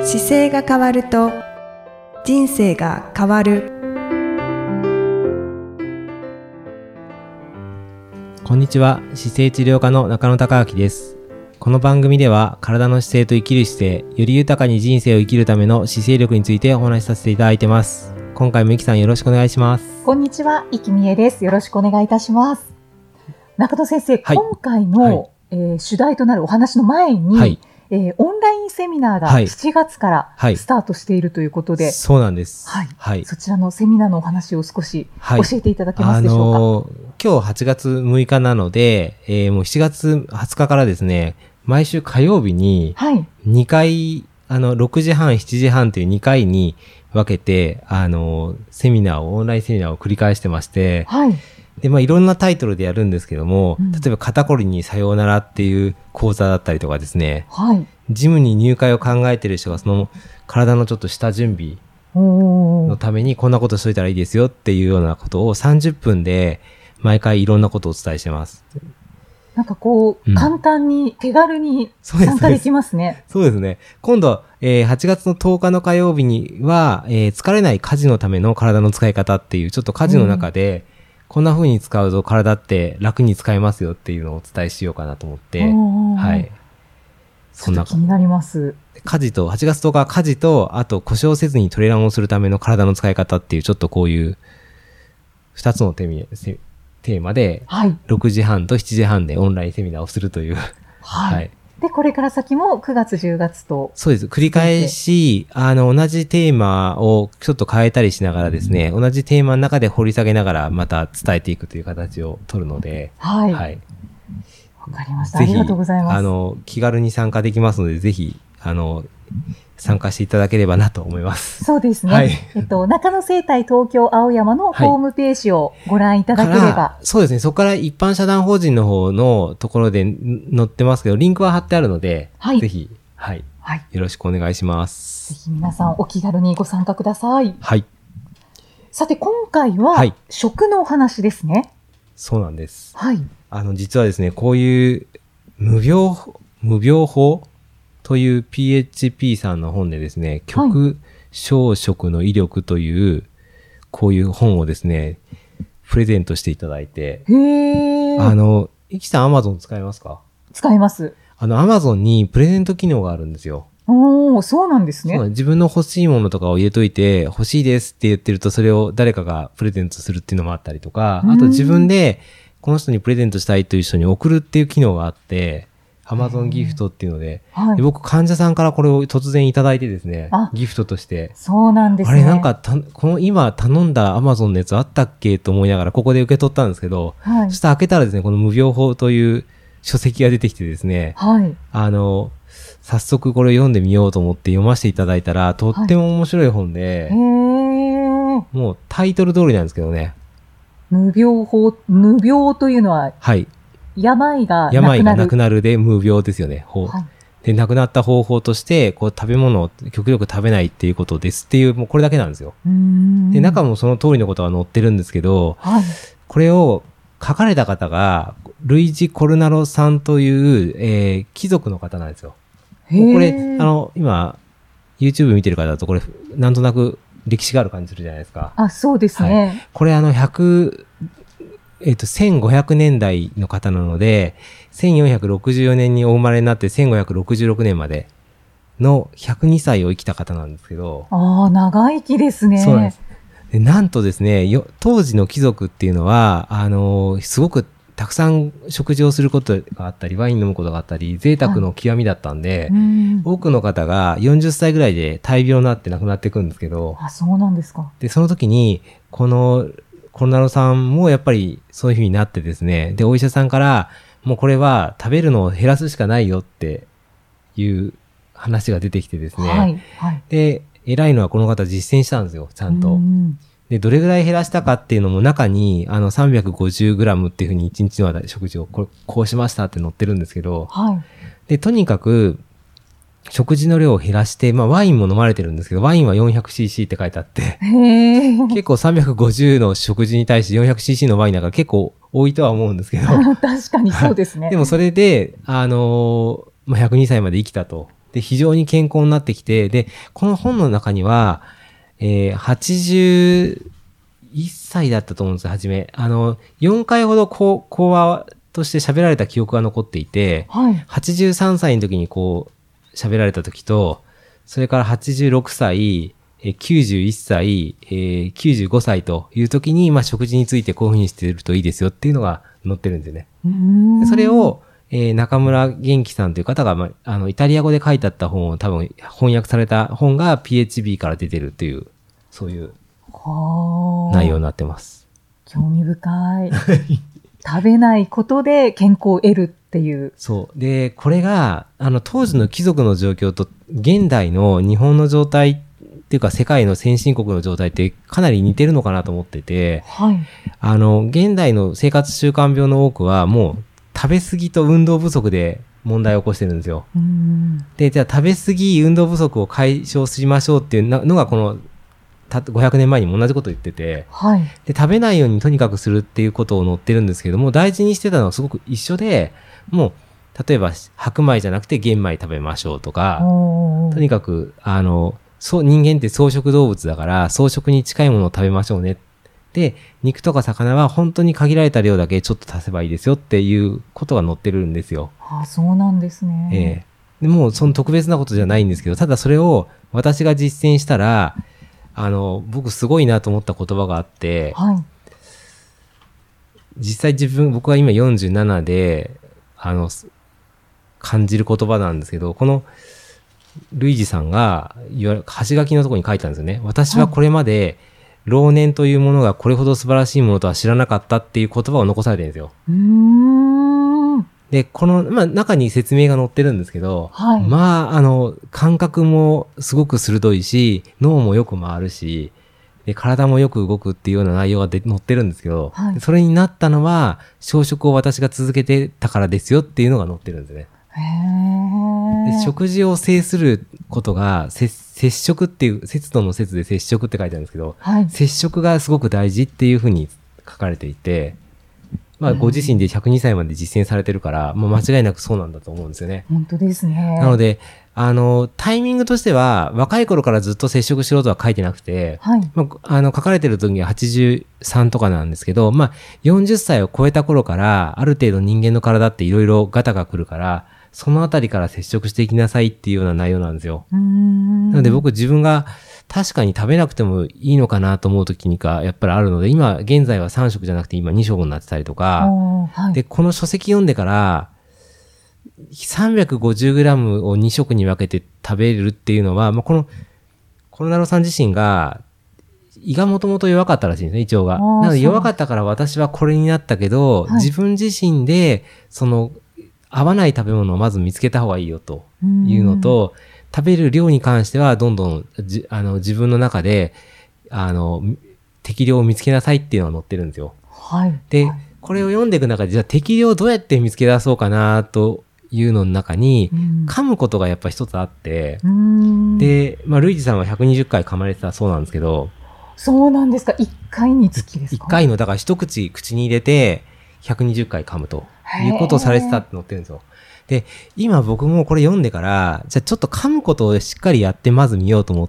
姿勢が変わると人生が変わる。 こんにちは、姿勢治療科の中野孝明です。この番組では体の姿勢と生きる姿勢、より豊かに人生を生きるための姿勢力についてお話しさせていただいてます。今回もいきさんよろしくお願いします。 こんにちは、生きみえです。よろしくお願いいたします。中野先生、はい、今回の、主題となるお話の前に、はい、オンラインセミナーが7月からスタートしているということで、 そうなんです、 そちらのセミナーのお話を少し教えていただけますでしょうか。 今日8月6日なので、もう7月20日からですね、毎週火曜日に2回、6時半、7時半という2回に分けて、オンラインセミナーを繰り返してまして、で、いろんなタイトルでやるんですけども、例えば肩こりにさようならっていう講座だったりとかですね、ジムに入会を考えている人がその体のちょっと下準備のためにこんなことしといたらいいですよっていうようなことを30分で毎回いろんなことをお伝えしてます。 なんか簡単に手軽に参加できますね。 そうですね。今度、8月の10日の火曜日には、疲れない家事のための体の使い方っていう、ちょっと家事の中で、こんな風に使うと体って楽に使えますよっていうのをお伝えしようかなと思って、 そんな気になります。 8月10日は家事と、あと故障せずにトレランをするための体の使い方っていう、ちょっとこういう2つのテーマで、6時半と7時半でオンラインセミナーをするという。 で、これから先も9月、10月と。 そうです。繰り返し、同じテーマをちょっと変えたりしながらですね、同じテーマの中で掘り下げながらまた伝えていくという形を取るので、 わかりました。ありがとうございます。 気軽に参加できますので、ぜひ、参加していただければなと思います。 そうですね。中野生態東京青山のホームページをご覧いただければ。 そうですね。そこから一般社団法人の方のところで載ってますけど、リンクは貼ってあるので、ぜひ、よろしくお願いします。 ぜひ皆さんお気軽にご参加ください。さて、今回は、食のお話ですね。 そうなんです。実はですね、こういう無病法という PHP さんの本でですね、極小食の威力という、こういう本をですね、プレゼントしていただいて。イキさん Amazon 使いますか？ 使います。 Amazon にプレゼント機能があるんですよ。 そうなんですね。 自分の欲しいものとかを入れといて、欲しいですって言ってると、それを誰かがプレゼントするっていうのもあったりとか、あと自分でこの人にプレゼントしたいという人に送るっていう機能があって、Amazon ギフトっていうので、僕患者さんからこれを突然いただいてですね、ギフトとして。 そうなんですね。 あれなんかこの今頼んだ Amazon のやつあったっけと思いながらここで受け取ったんですけど、そして開けたらですね、この無病法という書籍が出てきてですね、早速これを読んでみようと思って読ませていただいたら、とっても面白い本で、もうタイトル通りなんですけどね。 無病というのは、病がなくなるで無病ですよね。で、亡くなった方法として、食べ物を極力食べないっていうことですっていう、もうこれだけなんですよ。で、中もその通りのことが載ってるんですけど、これを書かれた方が、ルイジ・コルナロさんという、貴族の方なんですよ。これ、今、YouTube 見てる方だと、これ、なんとなく歴史がある感じするじゃないですか。 そうですね。 これ1500年代の方なので、1464年にお生まれになって1566年までの102歳を生きた方なんですけど。 長生きですね。 そうなんです。で、なんとですね、当時の貴族っていうのは、すごくたくさん食事をすることがあったり、ワイン飲むことがあったり、贅沢の極みだったんで、多くの方が40歳ぐらいで大病になって亡くなっていくんですけど。 そうなんですか。 で、その時に、コルナロさんもやっぱりそういう風になってですね、で、お医者さんから、もうこれは食べるのを減らすしかないよっていう話が出てきてですね。で、偉いのはこの方実践したんですよ、ちゃんと。で、どれぐらい減らしたかっていうのも中に、350g っていう風に1日の食事をこうしましたって載ってるんですけど、で、とにかく、食事の量を減らして、ワインも飲まれてるんですけど、ワインは 400cc って書いてあって、結構350の食事に対して 400cc のワインだから結構多いとは思うんですけど。 確かにそうですね。 でもそれで、102歳まで生きたと。 で、非常に健康になってきて、で、この本の中には、81歳だったと思うんですよ、初め。4回ほど講話として喋られた記憶が残っていて、 はい、 83歳の時にこう、喋られた時と、それから86歳、91歳、95歳という時に、まあ、食事についてこういうふうにしてるといいですよっていうのが載ってるんですよね。でそれを、中村元気さんという方が、まあ、イタリア語で書いてあった本を多分翻訳された本が PHB から出てるっていう、そういう内容になってます。 興味深い。食べないことで健康を得るっていう。 そう。で、これが、当時の貴族の状況と現代の日本の状態っていうか世界の先進国の状態ってかなり似てるのかなと思ってて、 はい。 現代の生活習慣病の多くはもう食べ過ぎと運動不足で問題を起こしてるんですよ。で、じゃあ食べ過ぎ、運動不足を解消しましょうっていうのがこの500年前にも同じことを言ってて、 はい。 で、食べないようにとにかくするっていうことを載ってるんですけども、大事にしてたのはすごく一緒で、もう、例えば白米じゃなくて玄米食べましょうとか、とにかく、人間って草食動物だから、草食に近いものを食べましょうね。で、肉とか魚は本当に限られた量だけちょっと足せばいいですよっていうことが載ってるんですよ。 あ、そうなんですね。 でもうその特別なことじゃないんですけど、ただそれを私が実践したら、僕すごいなと思った言葉があって、 はい。 実際僕は今47で、感じる言葉なんですけど、この、ルイージさんが、端書きのところに書いたんですよね。私はこれまで、老年というものがこれほど素晴らしいものとは知らなかったっていう言葉を残されてるんですよ。で、この、まあ、中に説明が載ってるんですけど、 はい、 まあ、感覚もすごく鋭いし、脳もよく回るし、で、体もよく動くっていうような内容が載ってるんですけど、 はい、 それになったのは、小食を私が続けてたからですよっていうのが載ってるんですね。で食事を制することが、節食っていう、節度の節で節食って書いてあるんですけど、 はい、 節食がすごく大事っていうふうに書かれていて、まあ、ご自身で102歳まで実践されてるから、もう間違いなくそうなんだと思うんですよね。 本当ですね。 なので、タイミングとしては、若い頃からずっと節食しろとは書いてなくて、 はい、 まあ、書かれてる時には83とかなんですけど、まあ、40歳を超えた頃から、ある程度人間の体っていろいろガタが来るから、そのあたりから節食していきなさいっていうような内容なんですよ。なので僕自分が確かに食べなくてもいいのかなと思う時にやっぱりあるので、今現在は3食じゃなくて今2食になってたりとか、 はい、 で、この書籍読んでから、350g を2食に分けて食べるっていうのは、まあ、このコロナロさん自身が胃がもともと弱かったらしいんですね、胃腸が。なので弱かったから私はこれになったけど、自分自身で合わない食べ物をまず見つけた方がいいよというのと、食べる量に関してはどんどん自分の中で適量を見つけなさいっていうのが載ってるんですよ。 はい、 で、これを読んでいく中で、じゃあ適量をどうやって見つけ出そうかなというのの中に、噛むことがやっぱ一つあって、で、まあ、ルイージさんは120回噛まれてたそうなんですけど、 そうなんですか。1回につきですか？ 1 回の、だから一口口に入れて120回噛むということをされてたって載ってるんですよ。で、今僕もこれ読んでから、じゃあちょっと噛むことをしっかりやってまず見ようと思って、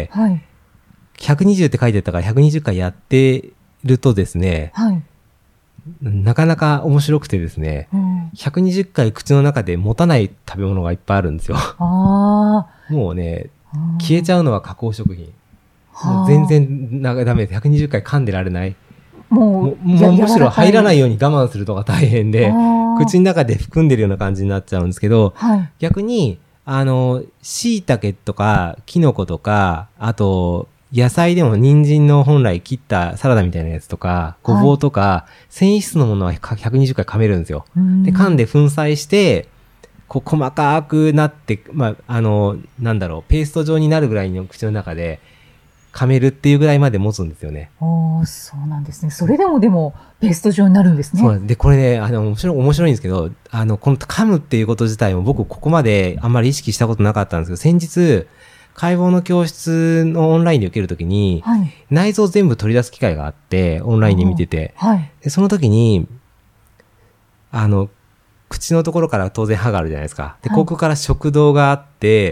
はい、 120って書いてあったから120回やってるとですね、 はい、 なかなか面白くてですね、120回口の中で持たない食べ物がいっぱいあるんですよ。もうね、消えちゃうのは加工食品。もう全然ダメです。120回噛んでられない。もうむしろ入らないように我慢するとか大変で、口の中で含んでるような感じになっちゃうんですけど、 はい、 逆に、椎茸とか、キノコとか、あと、野菜でも人参の本来切ったサラダみたいなやつとか、ごぼうとか、繊維質のものは120回噛めるんですよ。で、噛んで粉砕して、細かくなって、まあ、なんだろう、ペースト状になるぐらいの口の中で、噛めるっていうぐらいまで持つんですよね。 そうなんですね。それでもペースト状になるんですね。 そうなんです。で、これね、面白いんですけど、この噛むっていうこと自体も僕ここまであんまり意識したことなかったんですけど、先日、解剖の教室のオンラインで受けるときに、はい、内臓全部取り出す機会があって、オンラインで見てて、 はい、 でその時に、 口のところから当然歯があるじゃないですか。で、ここから食道があって、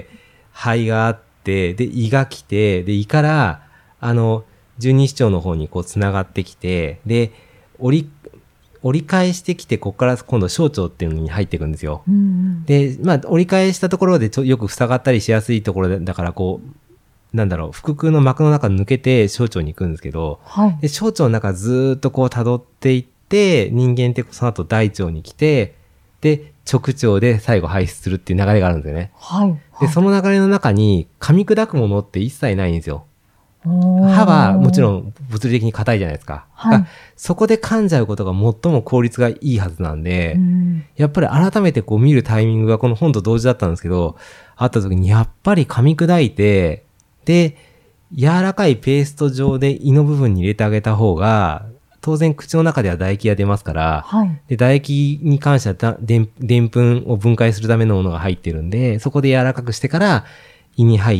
肺があって、で、胃が来て、で、胃から、十二指腸の方にこう繋がってきて、で、折り返してきて、ここから今度小腸っていうのに入っていくんですよ。で、まあ、折り返したところでよく塞がったりしやすいところだからこう、なんだろう、腹腔の膜の中抜けて小腸に行くんですけど、で小腸の中ずーっとこう辿っていって、人間ってその後大腸に来て、で、直腸で最後排出するっていう流れがあるんですよね。で、その流れの中に噛み砕くものって一切ないんですよ。歯はもちろん物理的に硬いじゃないですか。そこで噛んじゃうことが最も効率がいいはずなんで、やっぱり改めてこう見るタイミングがこの本と同時だったんですけど、あった時にやっぱり噛み砕いて、で、柔らかいペースト状で胃の部分に入れてあげた方が、当然口の中では唾液が出ますから、で唾液に関してはでんぷんを分解するためのものが入ってるんで、そこで柔らかくしてから胃に入って、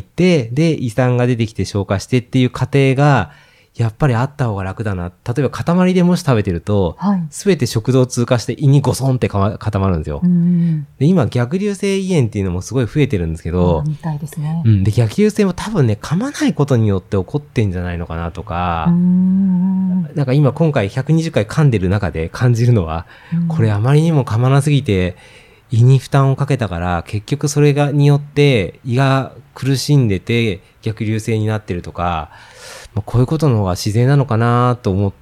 で胃酸が出てきて消化してっていう過程がやっぱりあった方が楽だな。例えば塊でもし食べてると、すべて食道を通過して胃にゴソンって固まるんですよ。で今逆流性胃炎っていうのもすごい増えてるんですけど、 みたいですね。 で逆流性も多分ね噛まないことによって起こってんじゃないのかなとか、なんか今回120回噛んでる中で感じるのは、これあまりにも噛まなすぎて胃に負担をかけたから結局それによって胃が苦しんでて逆流性になってるとか、こういうことの方が自然なのかなと思って、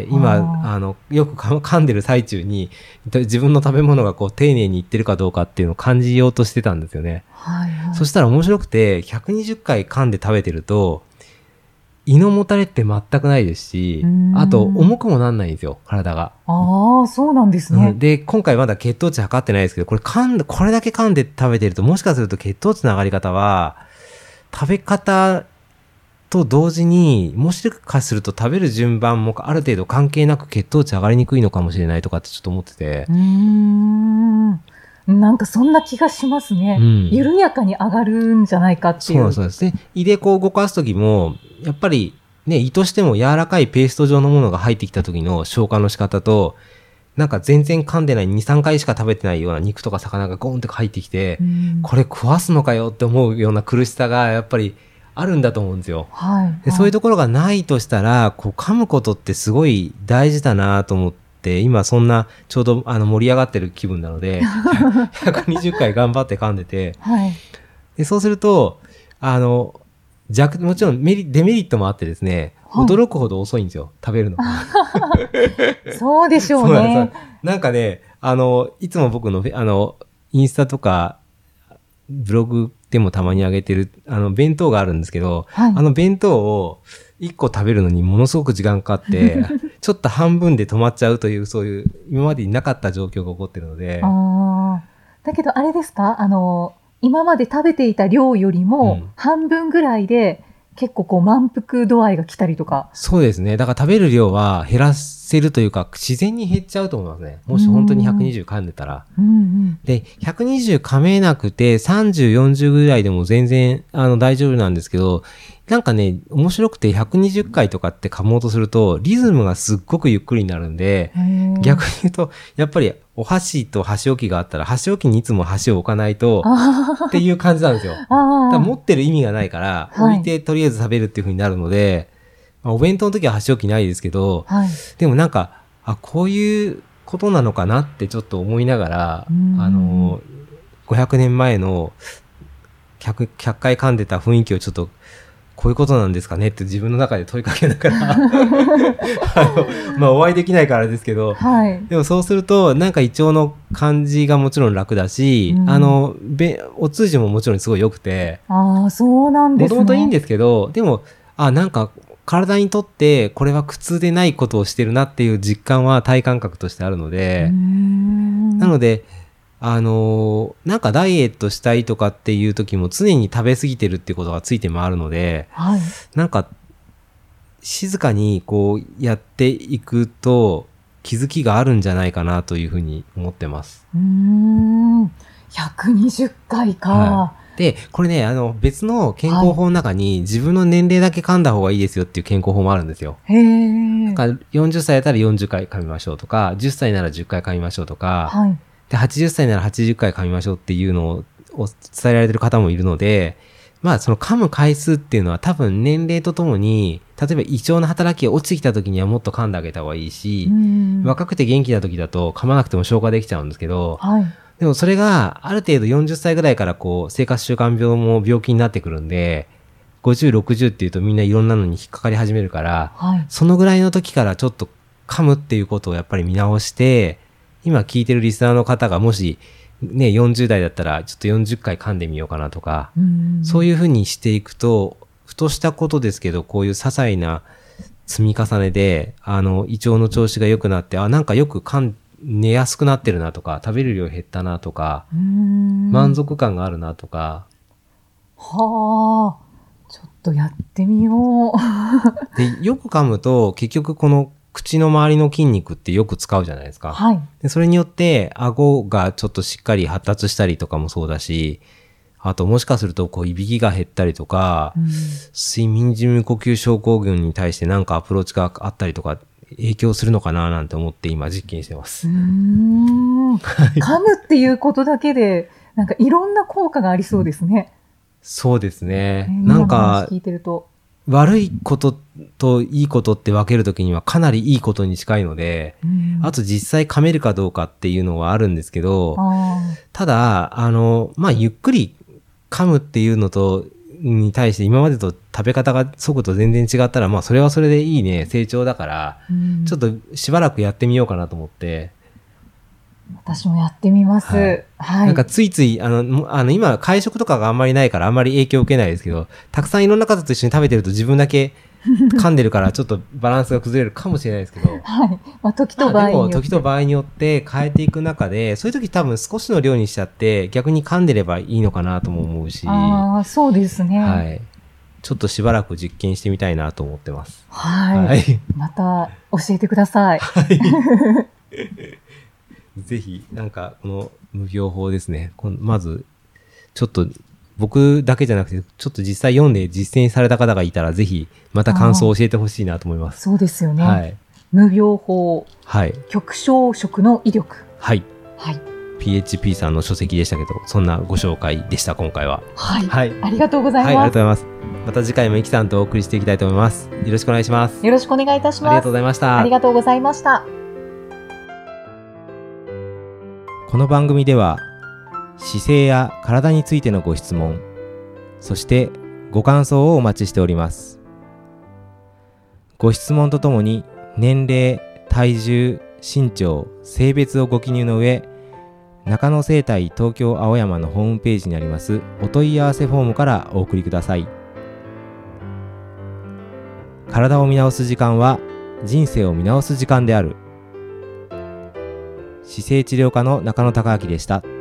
今、よく噛んでる最中に、自分の食べ物がこう丁寧にいってるかどうかっていうのを感じようとしてたんですよね。そしたら面白くて、120回噛んで食べてると、胃のもたれって全くないですし、あと重くもなんないんですよ、体が。 そうなんですね。 で、今回まだ血糖値測ってないですけど、これだけ噛んで食べてると、もしかすると血糖値の上がり方は、食べ方と同時に、もしかすると食べる順番もある程度関係なく血糖値上がりにくいのかもしれないとかってちょっと思ってて。 なんかそんな気がしますね。緩やかに上がるんじゃないかっていう。 そうですね。胃でこう動かすときも、やっぱりね、胃としても柔らかいペースト状のものが入ってきた時の消化の仕方と、なんか全然噛んでない2、3回しか食べてないような肉とか魚がゴーンって入ってきて、これ食わすのかよって思うような苦しさがやっぱりあるんだと思うんですよ。でそういうところがないとしたら、こう噛むことってすごい大事だなと思って、今そんなちょうど盛り上がってる気分なので、120回頑張って噛んでて、でそうすると、もちろんデメリットもあってですね、驚くほど遅いんですよ、食べるのが。 そうでしょうね。 なんかね、いつも僕のインスタとか、ブログでもたまに上げてる、弁当があるんですけど、弁当を1個食べるのにものすごく時間かかって、ちょっと半分で止まっちゃうという、そういう、今までになかった状況が起こってるので。 だけどあれですか、今まで食べていた量よりも半分ぐらいで結構こう満腹度合いが来たりとか。 そうですね。だから食べる量は減らせるというか、自然に減っちゃうと思いますね。もし本当に120噛んでたら。で、120噛めなくて30、40ぐらいでも全然大丈夫なんですけど、なんかね、面白くて120回とかって噛もうとすると、リズムがすっごくゆっくりになるんで、逆に言うと、やっぱりお箸と箸置きがあったら、箸置きにいつも箸を置かないと、っていう感じなんですよ。だから持ってる意味がないから、置いてとりあえず食べるっていう風になるので、お弁当の時は箸置きないですけど、でもなんか、こういうことなのかなってちょっと思いながら、500年前の100回噛んでた雰囲気をちょっと、こういうことなんですかねって自分の中で問いかけながらお会いできないからですけど、でもそうするとなんか胃腸の感じがもちろん楽だし、お通じももちろんすごい良くて、 そうなんですね。 もともといいんですけど、でもなんか体にとってこれは苦痛でないことをしてるなっていう実感は体感覚としてあるので、なのでなんかダイエットしたいとかっていう時も常に食べ過ぎてるってことがついて回るので、なんか静かにこうやっていくと気づきがあるんじゃないかなというふうに思ってます。 120回か。 で、これね、別の健康法の中に自分の年齢だけ噛んだ方がいいですよっていう健康法もあるんですよ。なんか40歳だったら40回噛みましょうとか、10歳なら10回噛みましょうとか、 で、80歳なら80回噛みましょうっていうのを伝えられてる方もいるので、まあその噛む回数っていうのは多分年齢とともに、例えば胃腸の働きが落ちてきた時にはもっと噛んであげた方がいいし、若くて元気な時だと噛まなくても消化できちゃうんですけど、はい、でもそれがある程度40歳ぐらいからこう生活習慣病も病気になってくるんで、50、60っていうとみんないろんなのに引っかかり始めるから、はい、そのぐらいの時からちょっと噛むっていうことをやっぱり見直して、今聞いてるリスナーの方がもしね、40代だったらちょっと40回噛んでみようかなとか、そういうふうにしていくと、ふとしたことですけど、こういう些細な積み重ねで、胃腸の調子が良くなって、なんかよく寝やすくなってるなとか、食べる量減ったなとか、満足感があるなとか。 はあ、ちょっとやってみよう。 で、よく噛むと、結局この口の周りの筋肉ってよく使うじゃないですか。はい。で、それによって、顎がちょっとしっかり発達したりとかもそうだし、あともしかすると、いびきが減ったりとか、睡眠時無呼吸症候群に対してなんかアプローチがあったりとか、影響するのかななんて思って今実験してます。 噛むっていうことだけで、なんかいろんな効果がありそうですね。 そうですね。なんか、 聞いてると悪いことといいことって分けるときにはかなりいいことに近いので、あと実際噛めるかどうかっていうのはあるんですけど、ただ、ゆっくり噛むっていうのに対して今までと食べ方が速度全然違ったら、それはそれでいいね、成長だから、ちょっとしばらくやってみようかなと思って、 私もやってみます。はい。 なんかついつい、今会食とかがあんまりないからあんまり影響を受けないですけど、たくさんいろんな方と一緒に食べてると自分だけ噛んでるからちょっとバランスが崩れるかもしれないですけど。 はい。時と場合によって。 でも時と場合によって変えていく中で、そういう時多分少しの量にしちゃって逆に噛んでればいいのかなとも思うし。 ああ、そうですね。 はい。ちょっとしばらく実験してみたいなと思ってます。 はい。また教えてください。はい。 ぜひ、なんか、この無病法ですね。まず、ちょっと、僕だけじゃなくて、ちょっと実際読んで実践された方がいたら、ぜひ、また感想を教えてほしいなと思います。 そうですよね。はい。無病法。 はい。 極小食の威力。 はい。はい。PHP さんの書籍でしたけど、そんなご紹介でした、今回は。 はい。はい。ありがとうございます。 はい、ありがとうございます。また次回もイキさんとお送りしていきたいと思います。よろしくお願いします。 よろしくお願いいたします。 ありがとうございました。 ありがとうございました。 この番組では姿勢や体についてのご質問、そしてご感想をお待ちしております。ご質問とともに年齢、体重、身長、性別をご記入の上、中野生態東京青山のホームページにありますお問い合わせフォームからお送りください。体を見直す時間は人生を見直す時間である。姿勢治療科の中野孝明でした。